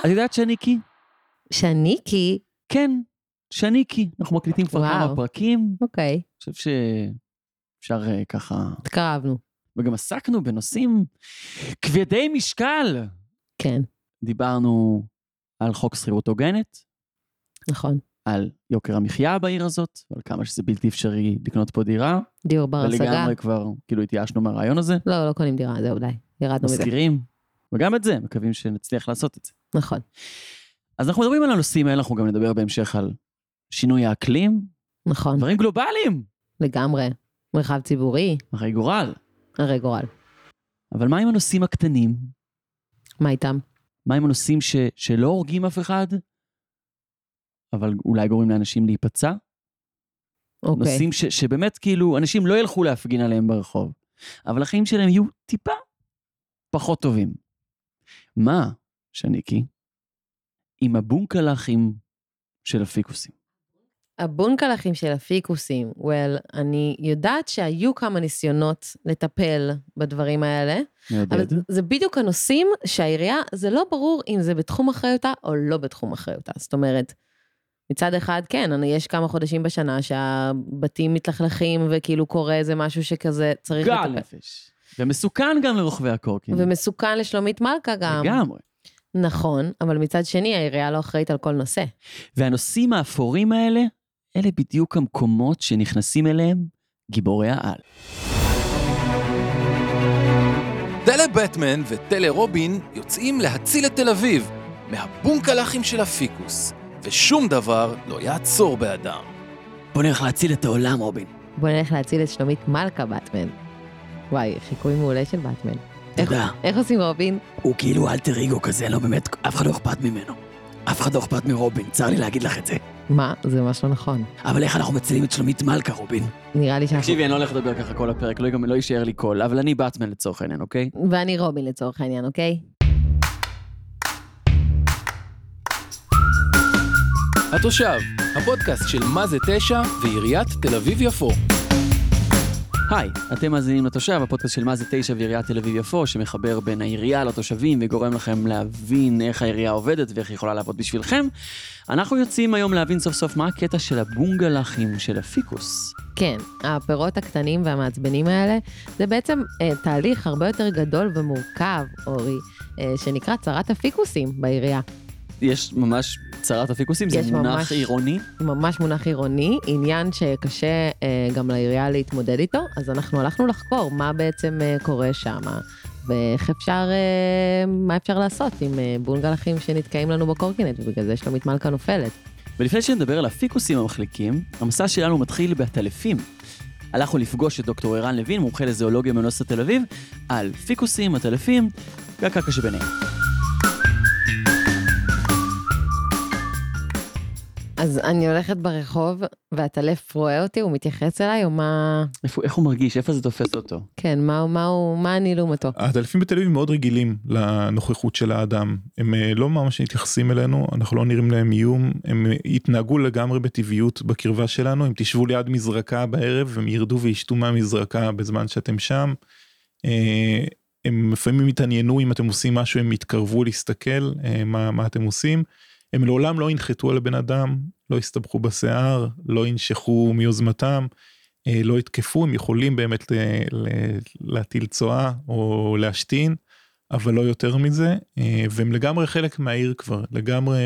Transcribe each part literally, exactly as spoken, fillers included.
את יודעת שניקי? שניקי? כן, שניקי. אנחנו מקליטים כבר וואו. כמה פרקים. אוקיי. אני חושב שאפשר uh, ככה... התקרבנו. וגם עסקנו בנושאים כבדי משקל. כן. דיברנו על חוק שכירות הוגנת. נכון. על יוקר המחיה בעיר הזאת, על כמה שזה בלתי אפשרי לקנות פה דירה. דיור בר השגה. ולגמרי כבר, כאילו התייאשנו מהרעיון הזה. לא, לא קונים דירה, זהו די. ירדנו מזה. מזכירים. וגם את זה, מקווים שנצליח לעשות את זה. נכון. אז אנחנו מדברים על הנושאים האלה, אנחנו גם נדבר בהמשך על שינוי האקלים. נכון. דברים גלובליים. לגמרי. מרחב ציבורי. הרי גורל. הרי גורל. אבל מה עם הנושאים הקטנים? מה איתם? מה עם הנושאים ש, שלא הורגים אף אחד, אבל אולי גורמים לאנשים להיפצע? אוקיי. נושאים ש, שבאמת כאילו אנשים לא ילכו להפגין עליהם ברחוב, אבל החיים שלהם יהיו טיפה פחות טובים. מה, שניקי, עם הבונקלחים של הפיקוסים? הבונקלחים של הפיקוסים, well, אני יודעת שהיו כמה ניסיונות לטפל בדברים האלה, מעודד. אבל זה בדיוק הנושאים שהעירייה, זה לא ברור אם זה בתחום אחריותה או לא בתחום אחריותה. זאת אומרת, מצד אחד, כן, יש כמה חודשים בשנה שהבתים מתלכלכים וכאילו קורה איזה משהו שכזה צריך גל לטפל. נפש. ומסוכן גם לרוכבי הקורקינט. ומסוכן לשלומית מלכה גם. לגמרי. נכון, אבל מצד שני, העירייה לא אחראית על כל נושא. והנושאים האפורים האלה, אלה בדיוק המקומות שנכנסים אליהם גיבורי העל. טלה בטמן וטלה רובין יוצאים להציל את תל אביב מהבונקלחים של הפיקוס, ושום דבר לא יעצור באדם. בוא נלך להציל את העולם, רובין. בוא נלך להציל את שלומית מלכה בטמן. וואי, חיקוי מעולה של בטמן. תודה. איך עושים רובין? הוא כאילו אלטר איגו כזה, לא באמת, אף אחד לא אכפת ממנו. אף אחד לא אכפת מרובין, צר לי להגיד לך את זה. מה? זה ממש לא נכון. אבל איך אנחנו מצילים את שלומית מלכה, רובין? נראה לי שאנחנו... תקשיבי, אני לא הולך לדבר ככה כל הפרק, לא, לא יישאר לי קול, אבל אני בטמן לצורך העניין, אוקיי? ואני רובין לצורך העניין, אוקיי? התושב, הפודקאסט של מה זה תשע ועיריית תל אביב יפו. היי, אתם מאזינים לתושב, הפודקאסט של מה זה תשע ועיריית תל אביב יפו, שמחבר בין העירייה לתושבים וגורם לכם להבין איך העירייה עובדת ואיך היא יכולה לעבוד בשבילכם. אנחנו יוצאים היום להבין סוף סוף מה הקטע של הבונגלחים של הפיקוס. כן, הפירות הקטנים והמעצבנים האלה, זה בעצם אה, תהליך הרבה יותר גדול ומורכב, אורי, אה, שנקרא צרת הפיקוסים בעירייה. יש ממש צרת הפיקוסים, זה מונח ממש, עירוני? ממש מונח עירוני, עניין שקשה אה, גם לעירייה להתמודד איתו, אז אנחנו הלכנו לחקור מה בעצם אה, קורה שם, ואיך אפשר, אה, מה אפשר לעשות עם אה, בונגלחים שנתקעים לנו בקורקינט, ובגלל זה שלומית מלכה נופלת. ולפני שנדבר על הפיקוסים המחליקים, המסע שלנו מתחיל בעטלפים. הלכנו לפגוש את דוקטור ערן לוין, מומחה לזואולוגיה מאוניברסיטת תל אביב, על פיקוסים, עטלפים, והקרקע שביניהם. אז אני הולכת ברחוב, והטלף רואה אותי, הוא מתייחס אליי, או מה... איפה, איך הוא מרגיש? איפה זה תופס אותו? כן, מה, מה, מה, מה אני לעומתו? הטלפים בתל אביב מאוד רגילים לנוכחות של האדם. הם לא ממש מתייחסים אלינו, אנחנו לא נראים להם איום, הם יתנהגו לגמרי בטבעיות בקרבה שלנו, הם תשבו ליד מזרקה בערב, הם ירדו וישתו מהמזרקה בזמן שאתם שם. הם לפעמים מתעניינו אם אתם עושים משהו, הם יתקרבו להסתכל מה, מה אתם עושים. הם לעולם לא ינחתו על הבן אדם, לא יסתבכו בשיער, לא ינשכו מיוזמתם, לא יתקפו, הם יכולים באמת להטיל צואה או להשתין, אבל לא יותר מזה, והם לגמרי חלק מהעיר כבר, לגמרי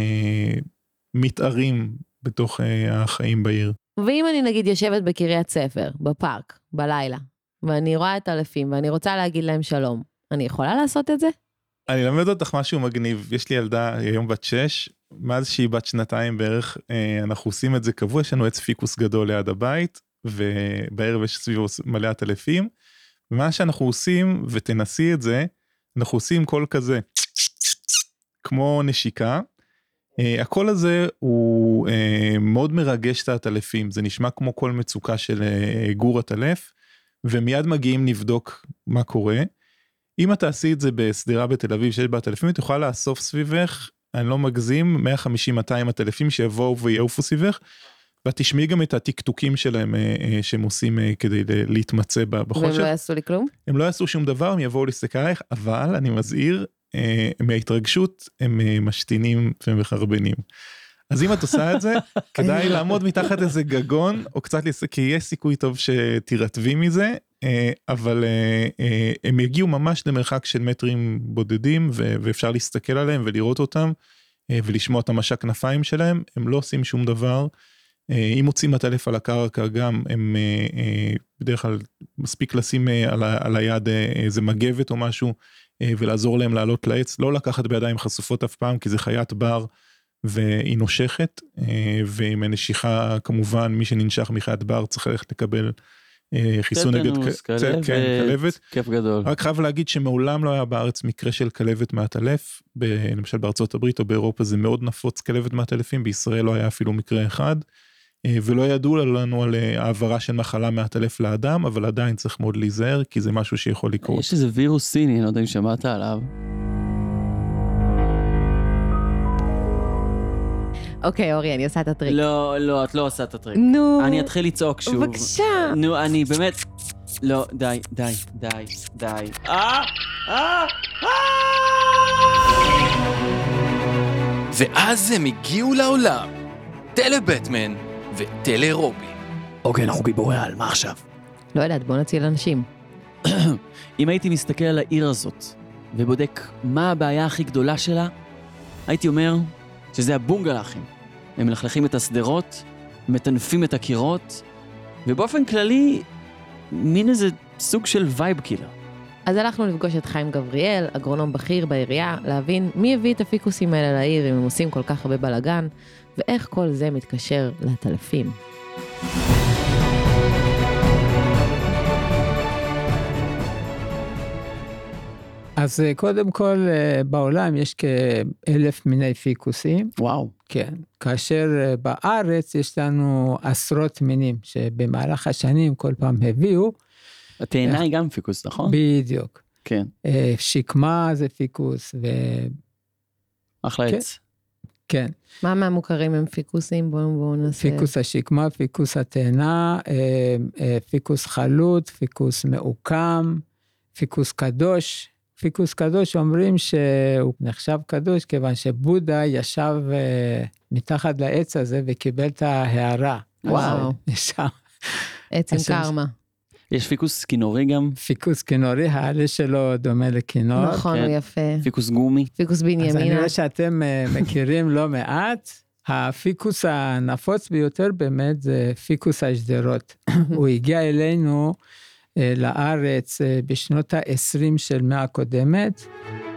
מתארים בתוך החיים בעיר. ואם אני נגיד יושבת בקריית ספר, בפארק, בלילה, ואני רואה את אלפים, ואני רוצה להגיד להם שלום, אני יכולה לעשות את זה? אני למד אותך משהו מגניב, יש לי ילדה היום בת שש, מאז שהיא בת שנתיים בערך, אנחנו עושים את זה קבוע, יש לנו עץ פיקוס גדול ליד הבית, ובערב יש סביבו מלא עטלפים, ומה שאנחנו עושים, ותנסי את זה, אנחנו עושים קול כזה, כמו נשיקה, הקול הזה הוא מאוד מרגש את העטלפים, זה נשמע כמו קול מצוקה של גור עטלף, ומיד מגיעים נבדוק מה קורה, אם אתה עשי את זה בסדירה בתל אביב שיש בה עטלפים, את יכולה לאסוף סביבך, אני לא מגזים, מאה חמישים מאתיים עטלפים שיבואו ויעופו סביבך, ואת תשמעי גם את הטקטוקים שלהם שהם עושים כדי להתמצא בחושך. והם לא יעשו לי כלום? הם לא יעשו שום דבר, הם יבואו להסתכל עליך, אבל אני מזהיר, מההתרגשות הם משתינים ומחרבנים. אז אם את עושה את זה, כדאי לעמוד מתחת איזה גגון, או קצת, כי יש סיכוי טוב שתירטבי מזה, אבל הם יגיעו ממש למרחק של מטרים בודדים, ואפשר להסתכל עליהם ולראות אותם, ולשמוע את המשק כנפיים שלהם, הם לא עושים שום דבר. אם מוצאים הטלף על הקרקע גם, הם בדרך כלל מספיק לשים על היד איזה מגבת או משהו, ולעזור להם לעלות לעץ, לא לקחת בידיים חשופות אף פעם, כי זה חיית בר, והיא נושכת, ועם הנשיכה כמובן, מי שננשך מחיית בר צריך ללכת לקבל חיסון נגד כלבת. כיף גדול. רק חייב להגיד שמעולם לא היה בארץ מקרה של כלבת מהטלף, למשל בארצות הברית או באירופה זה מאוד נפוץ כלבת מהטלפים, בישראל לא היה אפילו מקרה אחד, ולא ידעו לנו על העברה של מחלה מהטלף לאדם, אבל עדיין צריך מאוד להיזהר, כי זה משהו שיכול לקרות. יש איזה וירוס סיני, אני לא יודע אם שמעת עליו. אוקיי, אורי, אני עושה את הטריק. לא, לא, את לא עושה את הטריק. נו. אני אתחיל לצעוק שוב. בבקשה. נו, אני באמת... לא, די, די, די, די. אה! אה! אה! ואז הם הגיעו לעולם. טלבטמן וטלרובין. אוקיי, אנחנו גיבורי על, מה עכשיו? לא יודעת, בוא נציל אנשים. אם הייתי מסתכל על העיר הזאת, ובודק מה הבעיה הכי גדולה שלה, הייתי אומר שזה הבונגלחים. הם מלכלכים את הסדרות, מטנפים את הקירות, ובאופן כללי, מין איזה סוג של וייב קילר. אז הלכנו לפגוש את חיים גבריאל, אגרונום בכיר בעירייה, להבין מי הביא את הפיקוסים האלה לעיר, אם הם עושים כל כך הרבה בלגן, ואיך כל זה מתקשר לטלפים. אז קודם כל בעולם יש כאלף מיני פיקוסים. וואו. כן. כאשר בארץ יש לנו עשרות מינים שבמהלך השנים כל פעם הביאו. התאנה היא גם פיקוס, נכון? בדיוק. כן. שקמה זה פיקוס ו... אחלה כן. עץ. כן. מה מהמוכרים הם פיקוסים? בואו בוא נעשה. פיקוס השקמה, פיקוס התאנה, פיקוס חלוט, פיקוס מעוקם, פיקוס קדוש. פיקוס קדוש אומרים שהוא נחשב קדוש, כיוון שבודה ישב מתחת לעץ הזה וקיבל את ההערה. וואו. עצם קרמה. יש פיקוס כינורי גם? פיקוס כינורי, העלה שלו דומה לכינור. נכון, הוא יפה. פיקוס גומי. פיקוס בנימינה. אז אני רואה שאתם מכירים לא מעט. הפיקוס הנפוץ ביותר באמת זה פיקוס השדרות. הוא הגיע אלינו לארץ בשנות ה-עשרים של מאה הקודמת.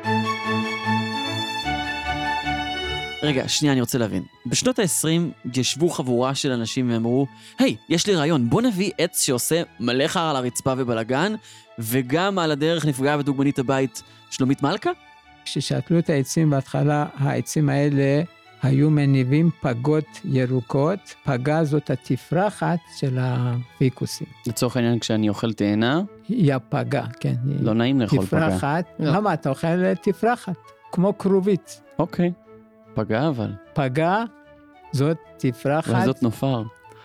רגע, שנייה, אני רוצה להבין. בשנות ה-עשרים ישבו חבורה של אנשים ואמרו, היי, יש לי רעיון, בוא נביא עץ שעושה מלא חר על הרצפה ובלגן, וגם על הדרך נפגעה ודוגמנית הבית שלומית מלכה? כששתלו את העצים בהתחלה, העצים האלה היו מניבים פגות ירוקות, פגה זאת התפרחת של הפיקוסים. לצורך העניין, כשאני אוכל תאנה? היא הפגה, כן. לא נעים לאכול פגה. תפרחת, למה אתה אוכל תפרחת? כמו כרובית. אוקיי, פגה אבל. פגה זאת תפרחת. וזאת נופר.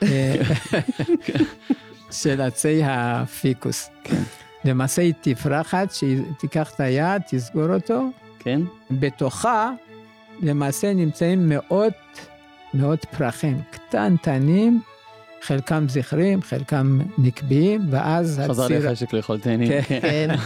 של עצי הפיקוס. כן. למעשה היא תפרחת, שתיקח את היד, תסגור אותו. כן. בתוכה, למעשה נמצאים מאות, מאות פרחים, קטנטנים, חלקם זכרים, חלקם נקביים, ואז חזר הציר... לי חשק לאכול תאנים. כן.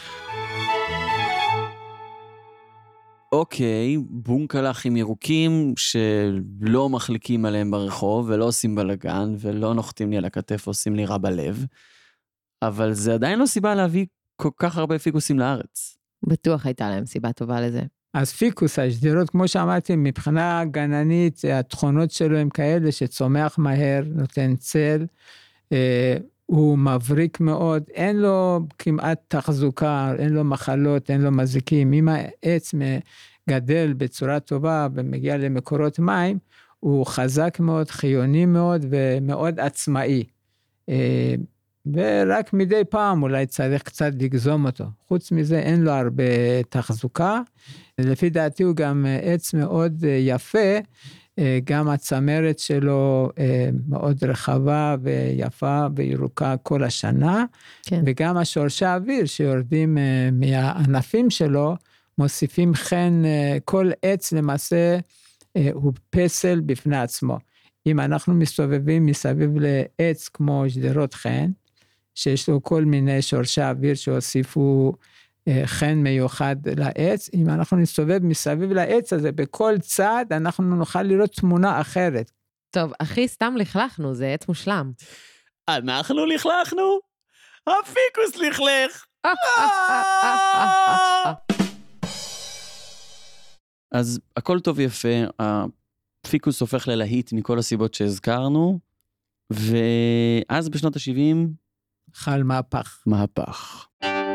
אוקיי, בונקלחים ירוקים שלא מחליקים עליהם ברחוב, ולא עושים בלגן, ולא נוחתים לי על הכתף, עושים לי רע בלב, אבל זה עדיין לא סיבה להביא כל כך הרבה פיקוסים לארץ. בטוח הייתה להם סיבה טובה לזה. אז פיקוס, השדרות, כמו שאמרתי, מבחינה גננית, התכונות שלו הם כאלה שצומח מהר, נותן צל, אה, הוא מבריק מאוד, אין לו כמעט תחזוקה, אין לו מחלות, אין לו מזיקים. אם העץ גדל בצורה טובה ומגיע למקורות מים, הוא חזק מאוד, חיוני מאוד ומאוד עצמאי. אה, ורק מדי פעם אולי צריך קצת לגזום אותו. חוץ מזה אין לו הרבה תחזוקה. לפי דעתי הוא גם עץ מאוד יפה, גם הצמרת שלו מאוד רחבה ויפה וירוקה כל השנה, כן. וגם השורשי האוויר שיורדים מהענפים שלו, מוסיפים חן, כל עץ למעשה הוא פסל בפני עצמו. אם אנחנו מסתובבים מסביב לעץ כמו שדרות חן, שיש לו כל מיני שורשי אוויר שהוסיפו חן מיוחד לעץ, אם אנחנו נסתובב מסביב לעץ הזה, בכל צד אנחנו נוכל לראות תמונה אחרת. טוב, אחי, סתם לכלכנו, זה עץ מושלם. אנחנו לכלכנו? הפיקוס לכלך! אז הכל טוב ויפה, הפיקוס הופך ללהיט מכל הסיבות שהזכרנו, ואז בשנות ה-שבעים... חל מהפך. מהפך.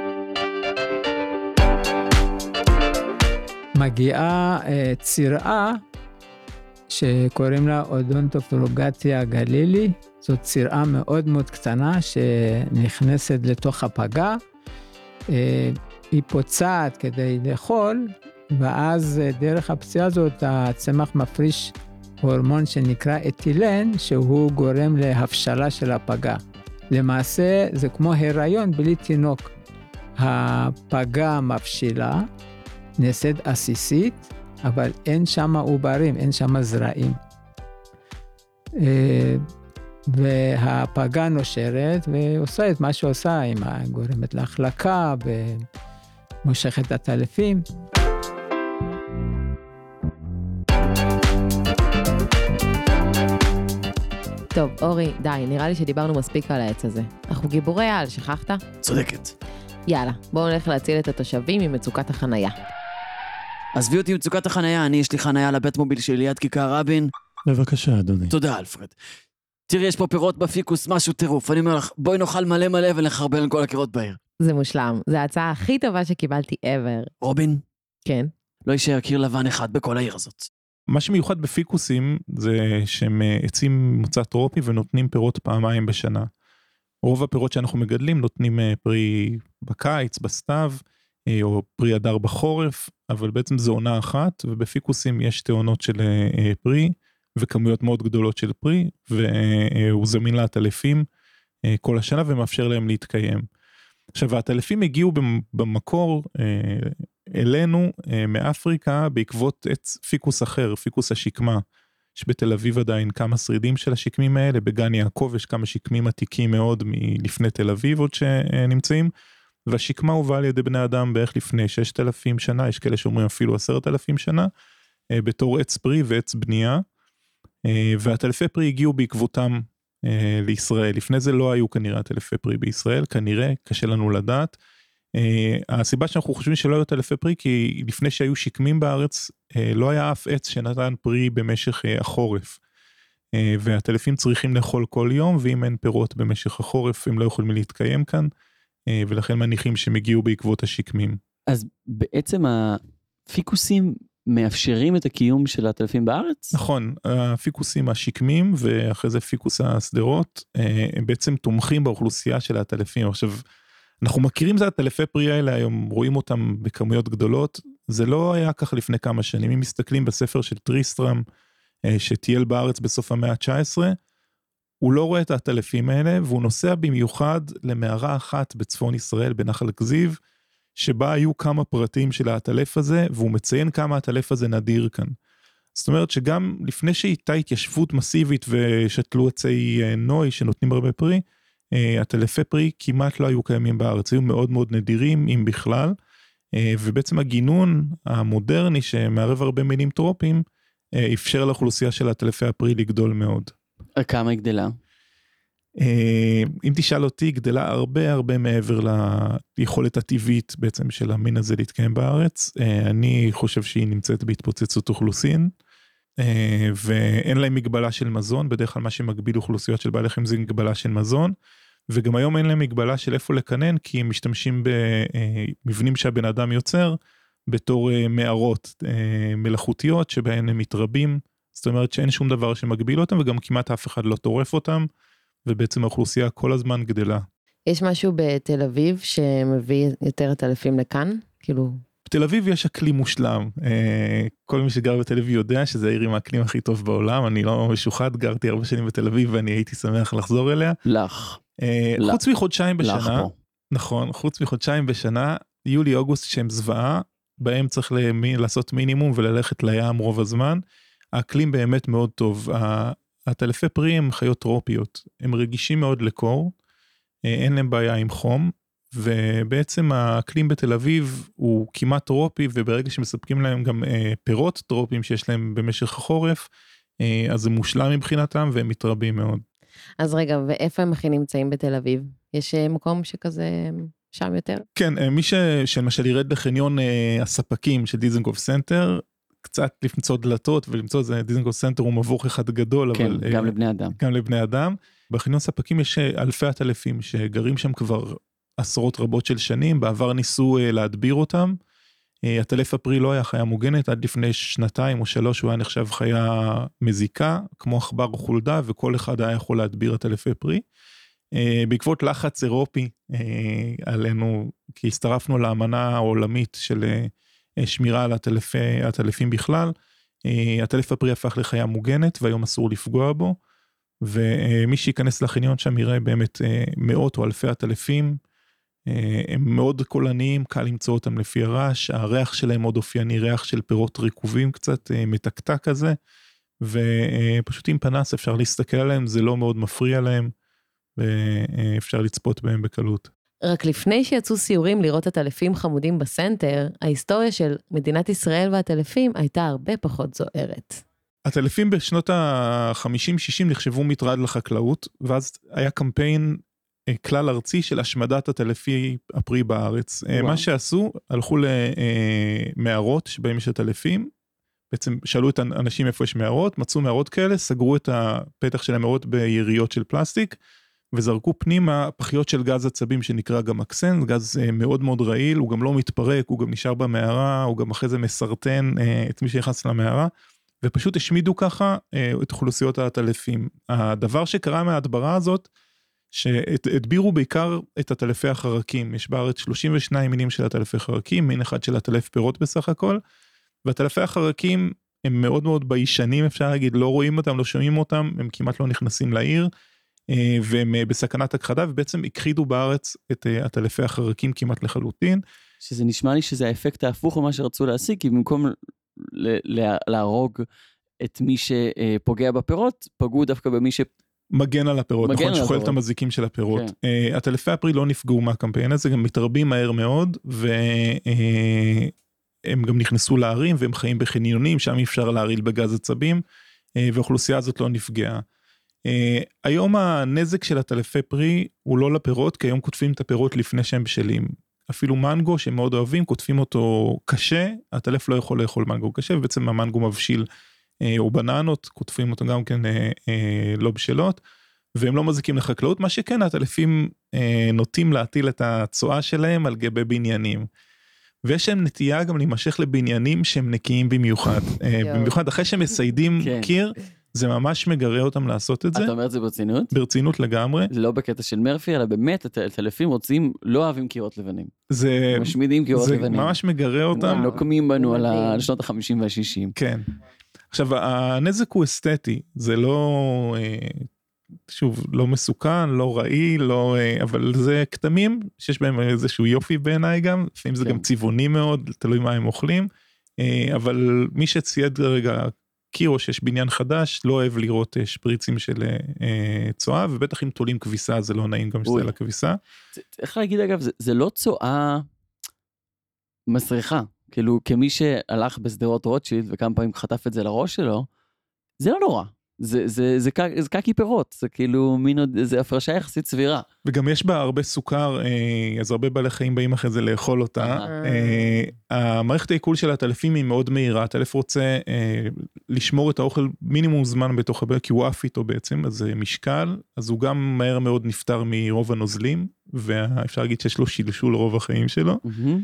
מגיעה uh, צירעה, שקוראים לה אודונטופלוגתיה גלילי, זאת צירעה מאוד מאוד קטנה, שנכנסת לתוך הפגה, uh, היא פוצעת כדי לאכול, ואז דרך הפציעה הזאת הצמח מפריש הורמון שנקרא אתילן, שהוא גורם להפשלה של הפגה. למעשה זה כמו הריון בלי תינוק. הפגה מפשילה, נעשית עסיסית, אבל אין שם עוברים, אין שם זרעים. והפגה נושרת ועושה את מה שעושה, היא גורמת להחלקה ומושכת את הטלפים. טוב, אורי, די, נראה לי שדיברנו מספיק על העץ הזה. אנחנו גיבורי על, שכחת? צודקת. יאללה, בואו נלך להציל את התושבים ממצוקת החנייה. עזבי אותי מצוקת החנייה, אני יש לי חנייה לבית מוביל שלי ליד כיכר רבין. בבקשה, אדוני. תודה, אלפרד. תראי, יש פה פירות בפיקוס, משהו טירוף. אני אומר לך, בואי נאכל מלא מלא ולחרבל על כל הקירות בעיר. זה מושלם, זו ההצעה הכי טובה שקיבלתי ever. רובין? כן. לא יישאר קיר לבן אחד בכל העיר הזאת. מה שמיוחד בפיקוסים זה שהם עצים מוצא טרופי ונותנים פירות פעמיים בשנה. רוב הפירות שאנחנו מגדלים נותנים פרי בקיץ, בסתיו, או פרי הדר בחורף, אבל בעצם זו עונה אחת, ובפיקוסים יש תאונות של פרי, וכמויות מאוד גדולות של פרי, והוא זמין לעטלפים כל השנה ומאפשר להם להתקיים. עכשיו, העטלפים הגיעו במקור אלינו מאפריקה בעקבות עץ פיקוס אחר, פיקוס השקמה, שבתל אביב עדיין כמה שרידים של השקמים האלה, בגן יעקב יש כמה שקמים עתיקים מאוד מלפני תל אביב עוד שנמצאים, והשקמה הובאה על ידי בני אדם בערך לפני ששת אלפים שנה, יש כאלה שאומרים אפילו עשרת אלפים שנה, בתור עץ פרי ועץ בנייה, והטלפי פרי הגיעו בעקבותם לישראל. לפני זה לא היו כנראה טלפי פרי בישראל, כנראה, קשה לנו לדעת. הסיבה שאנחנו חושבים שלא היו טלפי פרי, כי לפני שהיו שקמים בארץ, לא היה אף עץ שנתן פרי במשך החורף. והטלפים צריכים לאכול כל יום, ואם אין פירות במשך החורף, הם לא יכולים להתקיים כאן, ולכן מניחים שהם הגיעו בעקבות השקמים. אז בעצם הפיקוסים מאפשרים את הקיום של הטלפים בארץ? נכון, הפיקוסים השקמים ואחרי זה פיקוס הסדרות, הם בעצם תומכים באוכלוסייה של הטלפים. עכשיו, אנחנו מכירים את הטלפי פרי האלה, היום רואים אותם בכמויות גדולות, זה לא היה כך לפני כמה שנים, אם מסתכלים בספר של טריסטרם, שטייל בארץ בסוף המאה ה-תשע עשרה, הוא לא רואה את הטלפים האלה, והוא נוסע במיוחד למערה אחת בצפון ישראל, בנחל כזיב, שבה היו כמה פרטים של הטלף הזה, והוא מציין כמה הטלף הזה נדיר כאן. זאת אומרת שגם לפני שהייתה התיישבות מסיבית, ושתלו עצי נוי שנותנים הרבה פרי, הטלפי פרי כמעט לא היו קיימים בארץ, היו מאוד מאוד נדירים, אם בכלל, ובעצם הגינון המודרני, שמערב הרבה מינים טרופיים, אפשר לאוכלוסייה של הטלפי הפרי לגדול מאוד. כמה היא גדלה? אם תשאל אותי, גדלה הרבה הרבה מעבר ליכולת הטבעית בעצם של המין הזה להתקיים בארץ. אני חושב שהיא נמצאת בהתפוצצות אוכלוסין, ואין להם מגבלה של מזון, בדרך כלל מה שמגביל אוכלוסיות של בעלי חיים זה מגבלה של מזון, וגם היום אין להם מגבלה של איפה לקנן, כי הם משתמשים במבנים שהבן אדם יוצר, בתור מערות מלאכותיות שבהן הם מתרבים, זאת אומרת שאין שום דבר שמגביל אותם, וגם כמעט אף אחד לא טורף אותם, ובעצם האוכלוסייה כל הזמן גדלה. יש משהו בתל אביב שמביא יותר טלפים לכאן? כאילו... בתל אביב יש אקלים מושלם, כל מי שגר בתל אביב יודע שזה העיר עם האקלים הכי טוב בעולם, אני לא משוחד, גרתי הרבה שנים בתל אביב ואני הייתי שמח לחזור אליה. לך. חוץ מחודשיים בשנה, לך פה. נכון, חוץ מחודשיים בשנה, יולי-אוגוסט שהם זוועה, בהם צריך לעשות מינימום וללכת לים רוב הזמן. האקלים באמת מאוד טוב. הטלפי פרי הם חיות טרופיות, הם רגישים מאוד לקור, אין להם בעיה עם חום, ובעצם האקלים בתל אביב הוא כמעט טרופי, וברגע שמספקים להם גם פירות טרופיים שיש להם במשך החורף, אז זה מושלם מבחינתם והם מתרבים מאוד. אז רגע, ואיפה הם הכי נמצאים בתל אביב? יש מקום שכזה שם יותר? כן, מי ש... שלמשל ירד לחניון הספקים של דיזנגוף סנטר, קצת למצוא דלתות ולמצוא, זה דיזנגוף סנטר הוא מבוך אחד גדול, כן, אבל... גם לבני אדם. גם לבני אדם. בחניון ספקים יש אלפי עטלפים שגרים שם כבר עשרות רבות של שנים, בעבר ניסו להדביר אותם, הטלף הפרי לא היה חיה מוגנת, עד לפני שנתיים או שלוש הוא היה נחשב חיה מזיקה, כמו עכבר או חולדה, וכל אחד היה יכול להדביר הטלפי פרי. בעקבות לחץ אירופי עלינו, כי הצטרפנו לאמנה העולמית של שמירה על הטלפי, הטלפים בכלל, הטלף הפרי הפך לחיה מוגנת, והיום אסור לפגוע בו, ומי שייכנס לחניון שם יראה באמת מאות או אלפי הטלפים, הם מאוד קולניים, קל למצוא אותם לפי הרעש, הריח שלהם מאוד אופייני, ריח של פירות ריקובים קצת, מתקתק כזה, ופשוט עם פנס אפשר להסתכל עליהם, זה לא מאוד מפריע להם, ואפשר לצפות בהם בקלות. רק לפני שיצאו סיורים לראות את הטלפים חמודים בסנטר, ההיסטוריה של מדינת ישראל והטלפים הייתה הרבה פחות זוהרת. הטלפים בשנות ה-חמישים שישים נחשבו מטרד לחקלאות, ואז היה קמפיין כלל ארצי של השמדת הטלפי הפרי בארץ. וואו. מה שעשו, הלכו למערות שבהם יש הטלפים, בעצם שאלו את האנשים איפה יש מערות, מצאו מערות כאלה, סגרו את הפתח של המערות ביריות של פלסטיק, וזרקו פנימה פחיות של גז עצבים שנקרא גם אקסן, גז מאוד מאוד רעיל, הוא גם לא מתפרק, הוא גם נשאר במערה, הוא גם אחרי זה מסרטן את מי שיחס למערה, ופשוט השמידו ככה את אוכלוסיות הטלפים. הדבר שקרה מההדברה הזאת, שהדבירו בעיקר את הטלפי החרקים, יש בארץ שלושים ושניים מינים של הטלפי חרקים, מין אחד של הטלף פירות בסך הכל, והטלפי החרקים הם מאוד מאוד ביישנים, אפשר להגיד, לא רואים אותם, לא שומעים אותם, הם כמעט לא נכנסים לעיר, והם בסכנת הכחדה, ובעצם הכחידו בארץ את הטלפי החרקים כמעט לחלוטין. שזה נשמע לי שזה האפקט ההפוך ממה שרצו להשיג, כי במקום להרוג את מי שפוגע בפירות, פגעו דווקא במי ש... מגן על הפירות, נכון, שחול את המזיקים של הפירות. כן. הטלפי הפרי לא נפגעו מהקמפיין הזה, גם מתרבים מהר מאוד, והם גם נכנסו לערים, והם חיים בחניונים, שם אי אפשר להרעיל בגז עצבים, והאוכלוסייה הזאת לא נפגעה. היום הנזק של הטלפי פרי הוא לא לפירות, כי היום כותבים את הפירות לפני שהם בשלים. אפילו מנגו שהם מאוד אוהבים, כותבים אותו קשה, הטלף לא יכול לאכול מנגו קשה, ובעצם המנגו מבשיל, או בננות, כותבים אותו גם כן לא בשלות, והם לא מזיקים לחקלאות, מה שכן, הטלפים נוטים להטיל את הצועה שלהם על גבי בניינים. ויש להם נטייה גם להימשך לבניינים שהם נקיים במיוחד. במיוחד אחרי שהם מסיידים קיר, זה ממש מגרה אותם לעשות את זה. אתה אומר את זה ברצינות? ברצינות לגמרי. זה לא בקטע של מרפי, אלא באמת, הטלפים רוצים, לא אוהבים קירות לבנים. זה... משמידים קירות לבנים. זה ממש מגרה אותם. הם נוקמים בנו על שנות ה-חמישים וה-שישים. כן. עכשיו, הנזק הוא אסתטי, זה לא, שוב, לא מסוכן, לא רעיל, לא, אבל זה כתמים שיש בהם איזשהו יופי בעיניי גם, לפעמים זה גם צבעוני מאוד, תלוי מה הם אוכלים, אבל מי שצייד רגע קיר או שיש בניין חדש, לא אוהב לראות שפריצים של צועה, ובטח אם תולים כביסה, זה לא נעים גם שזה לכביסה. איך להגיד אגב, זה לא צועה מסריחה. כאילו, כמי שהלך בסדרות רוטשילד, וכמה פעמים חטף את זה לראש שלו, זה לא נורא. זה, זה, זה, זה קקי פירות, זה כאילו, מין, זה הפרשה יחסית סבירה. וגם יש בה הרבה סוכר, אז הרבה בעלי חיים באים אחרי זה לאכול אותה. המערכת העיכול של הטלפים היא מאוד מהירה, הטלף רוצה לשמור את האוכל מינימום זמן בתוך הבא, כי הוא עף איתו בעצם, אז זה משקל, אז הוא גם מהר מאוד נפטר מרוב הנוזלים, ואפשר להגיד שיש לו שילשול רוב החיים שלו.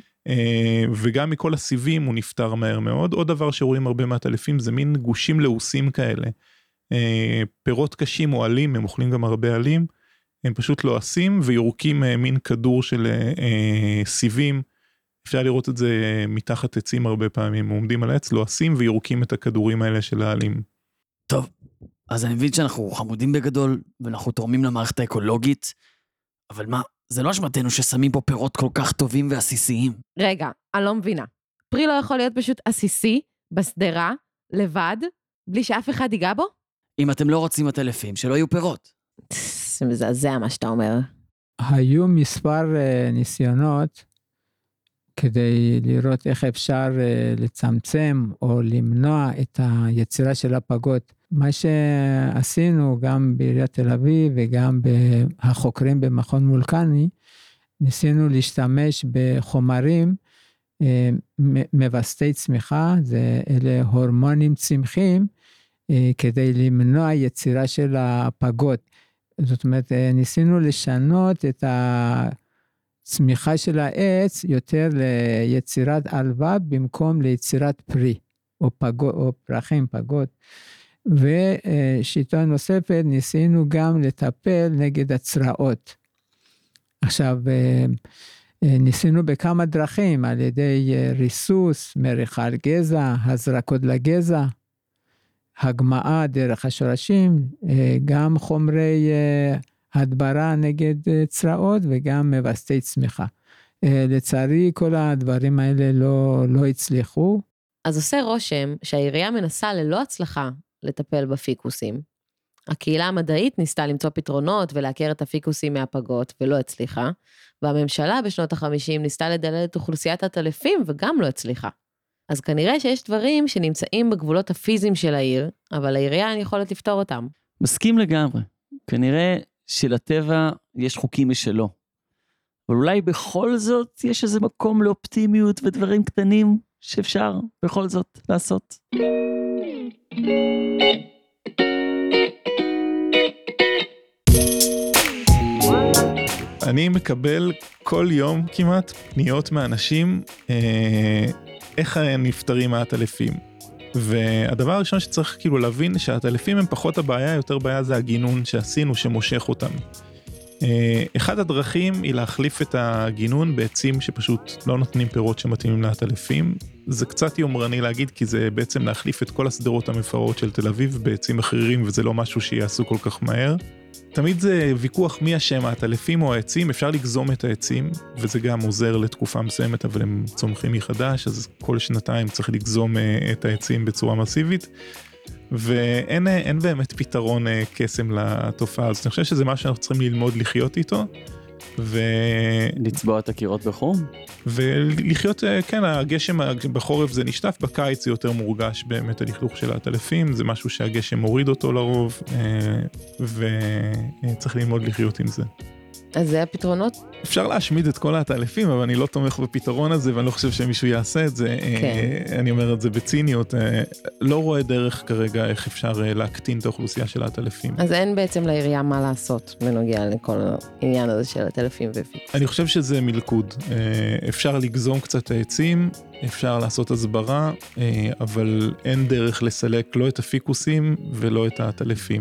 וגם מכל הסיבים הוא נפטר מהר מאוד. עוד דבר שרואים הרבה מהטלפים זה מין גושים לעוסים כאלה. פירות קשים או עלים, הם אוכלים גם הרבה עלים, הם פשוט לועסים ויורקים מין כדור של סיבים, אפשר לראות את זה מתחת עצים הרבה פעמים, עומדים על העץ, לועסים ויורקים את הכדורים האלה של העלים. טוב, אז אני מבין שאנחנו חמודים בגדול, ואנחנו תורמים למערכת האקולוגית, אבל מה, זה לא אשמתנו ששמים פה פירות כל כך טובים ועסיסיים. רגע, אני לא מבינה. פרי לא יכול להיות פשוט עסיסי, בסדרה, לבד, בלי שאף אחד ייגע בו? אם אתם לא רוצים עטלפים, שלא יהיו פירות. זה מזעזע מה שאתה אומר. היו מספר uh, ניסיונות כדי לראות איך אפשר uh, לצמצם או למנוע את היצירה של הפגות. מה שעשינו גם בעיריית תל אביב וגם החוקרים במכון וולקני, ניסינו להשתמש בחומרים uh, מבסטי צמיחה, זה אלה הורמונים צמחיים, uh, כדי למנוע יצירה של הפגות. זאת אומרת, ניסינו לשנות את הצמיחה של העץ יותר ליצירת עלווה במקום ליצירת פרי, או, פגות, או פרחים, פגות. ושיטה נוספת, ניסינו גם לטפל נגד הצרעות. עכשיו, ניסינו בכמה דרכים, על ידי ריסוס, מריחה על גזע, הזרקות לגזע, הגמאה דרך השורשים, גם חומרי הדברה נגד צרעות וגם מבסטי צמיחה. לצערי כל הדברים האלה לא, לא הצליחו. אז עושה רושם שהעירייה מנסה ללא הצלחה לטפל בפיקוסים. הקהילה המדעית ניסתה למצוא פתרונות ולהכיר את הפיקוסים מהפגות ולא הצליחה, והממשלה בשנות ה-חמישים ניסתה לדלל את אוכלוסיית הטלפים וגם לא הצליחה. אז כנראה שיש דברים שנמצאים בגבולות הפיזיים של העיר, אבל העירייה אין יכולת לפתור אותם. מסכים לגמרי. כנראה שלטבע יש חוקים משלו. אבל אולי בכל זאת יש איזה מקום לאופטימיות ודברים קטנים שאפשר בכל זאת לעשות. אני מקבל כל יום כמעט פניות מאנשים, אה, איך נפטרים מהעטלפים. והדבר הראשון שצריך כאילו להבין שהעטלפים הם פחות הבעיה, יותר בעיה זה הגינון שעשינו שמושך אותם. אחד הדרכים היא להחליף את הגינון בעצים שפשוט לא נותנים פירות שמתאימים לעטלפים. זה קצת יומרני להגיד כי זה בעצם להחליף את כל הסדרות המפוארות של תל אביב בעצים אחרים וזה לא משהו שיעשו כל כך מהר. תמיד זה ויכוח מי השם, העטלפים או העצים, אפשר לגזום את העצים, וזה גם עוזר לתקופה מסוימת, אבל הם צומחים מחדש, אז כל שנתיים צריך לגזום את העצים בצורה מסיבית, ואין אין באמת פתרון קסם לתופעה, אז אני חושב שזה מה שאנחנו צריכים ללמוד לחיות איתו, ו... לצבוע את הקירות בחום? ולחיות, כן, הגשם בחורף זה נשטף, בקיץ זה יותר מורגש באמת הלכלוך של העטלפים, זה משהו שהגשם מוריד אותו לרוב, וצריך ללמוד לחיות עם זה. אז זה הפתרונות? אפשר להשמיד את כל העטלפים, אבל אני לא תומך בפתרון הזה, ואני לא חושב שמישהו יעשה את זה. כן. אני אומר את זה בציניות. לא רואה דרך כרגע איך אפשר להקטין את האוכלוסייה של העטלפים. אז אין בעצם לעירייה מה לעשות בנוגע לכל העניין הזה של העטלפים ופיקוס. אני חושב שזה מלכוד. אפשר לגזום קצת העצים, אפשר לעשות הסברה, אבל אין דרך לסלק לא את הפיקוסים ולא את העטלפים.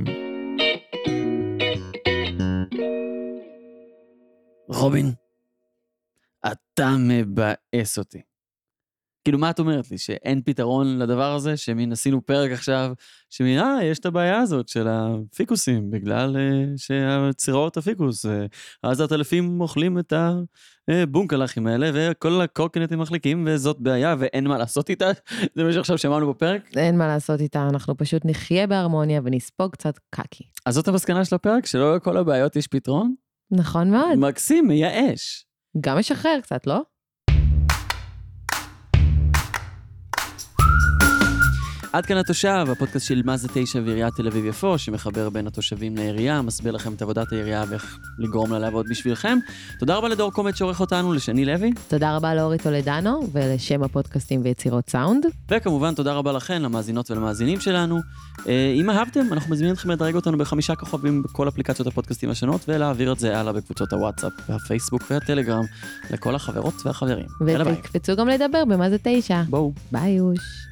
רובין, אתה מבאס אותי. כאילו, מה את אומרת לי? שאין פתרון לדבר הזה? שמין עשינו פרק עכשיו, שמין, אה, יש את הבעיה הזאת של הפיקוסים, בגלל uh, שהצירות הפיקוס, uh, אז העטלפים אוכלים את הבונקלחים האלה, וכל הקורקינטים מחליקים, וזאת בעיה, ואין מה לעשות איתה. זה מה שעכשיו שמענו בפרק? אין מה לעשות איתה, אנחנו פשוט נחיה בהרמוניה, ונספוג קצת קקי. אז זאת המסקנה של הפרק? שלא לכל הבעיות יש פתרון? נכון מאוד. מקסים, מייאש. גם משחרר קצת, לא? עד כאן התושב, הפודקאסט של מה זה תשע ועיריית תל אביב יפו, שמחבר בין התושבים לעירייה, מסביר לכם את עבודת העירייה ואיך לגרום לה לעבוד בשבילכם. תודה רבה לדור קומט שעורך אותנו, לשני לוי. תודה רבה לאורי טולדנו ולשם הפודקאסטים ויצירות סאונד. וכמובן תודה רבה לכן, למאזינות ולמאזינים שלנו. אם אהבתם, אנחנו מזמינים אתכם לדרג אותנו בחמישה כוכבים בכל אפליקציות הפודקאסטים השונות, ולהעביר את זה הלאה בקבוצות הוואטסאפ והפייסבוק והטלגרם לכל החברות והחברים. ותקפצו גם לדבר במה זה תשע. בואו. ביי יוש.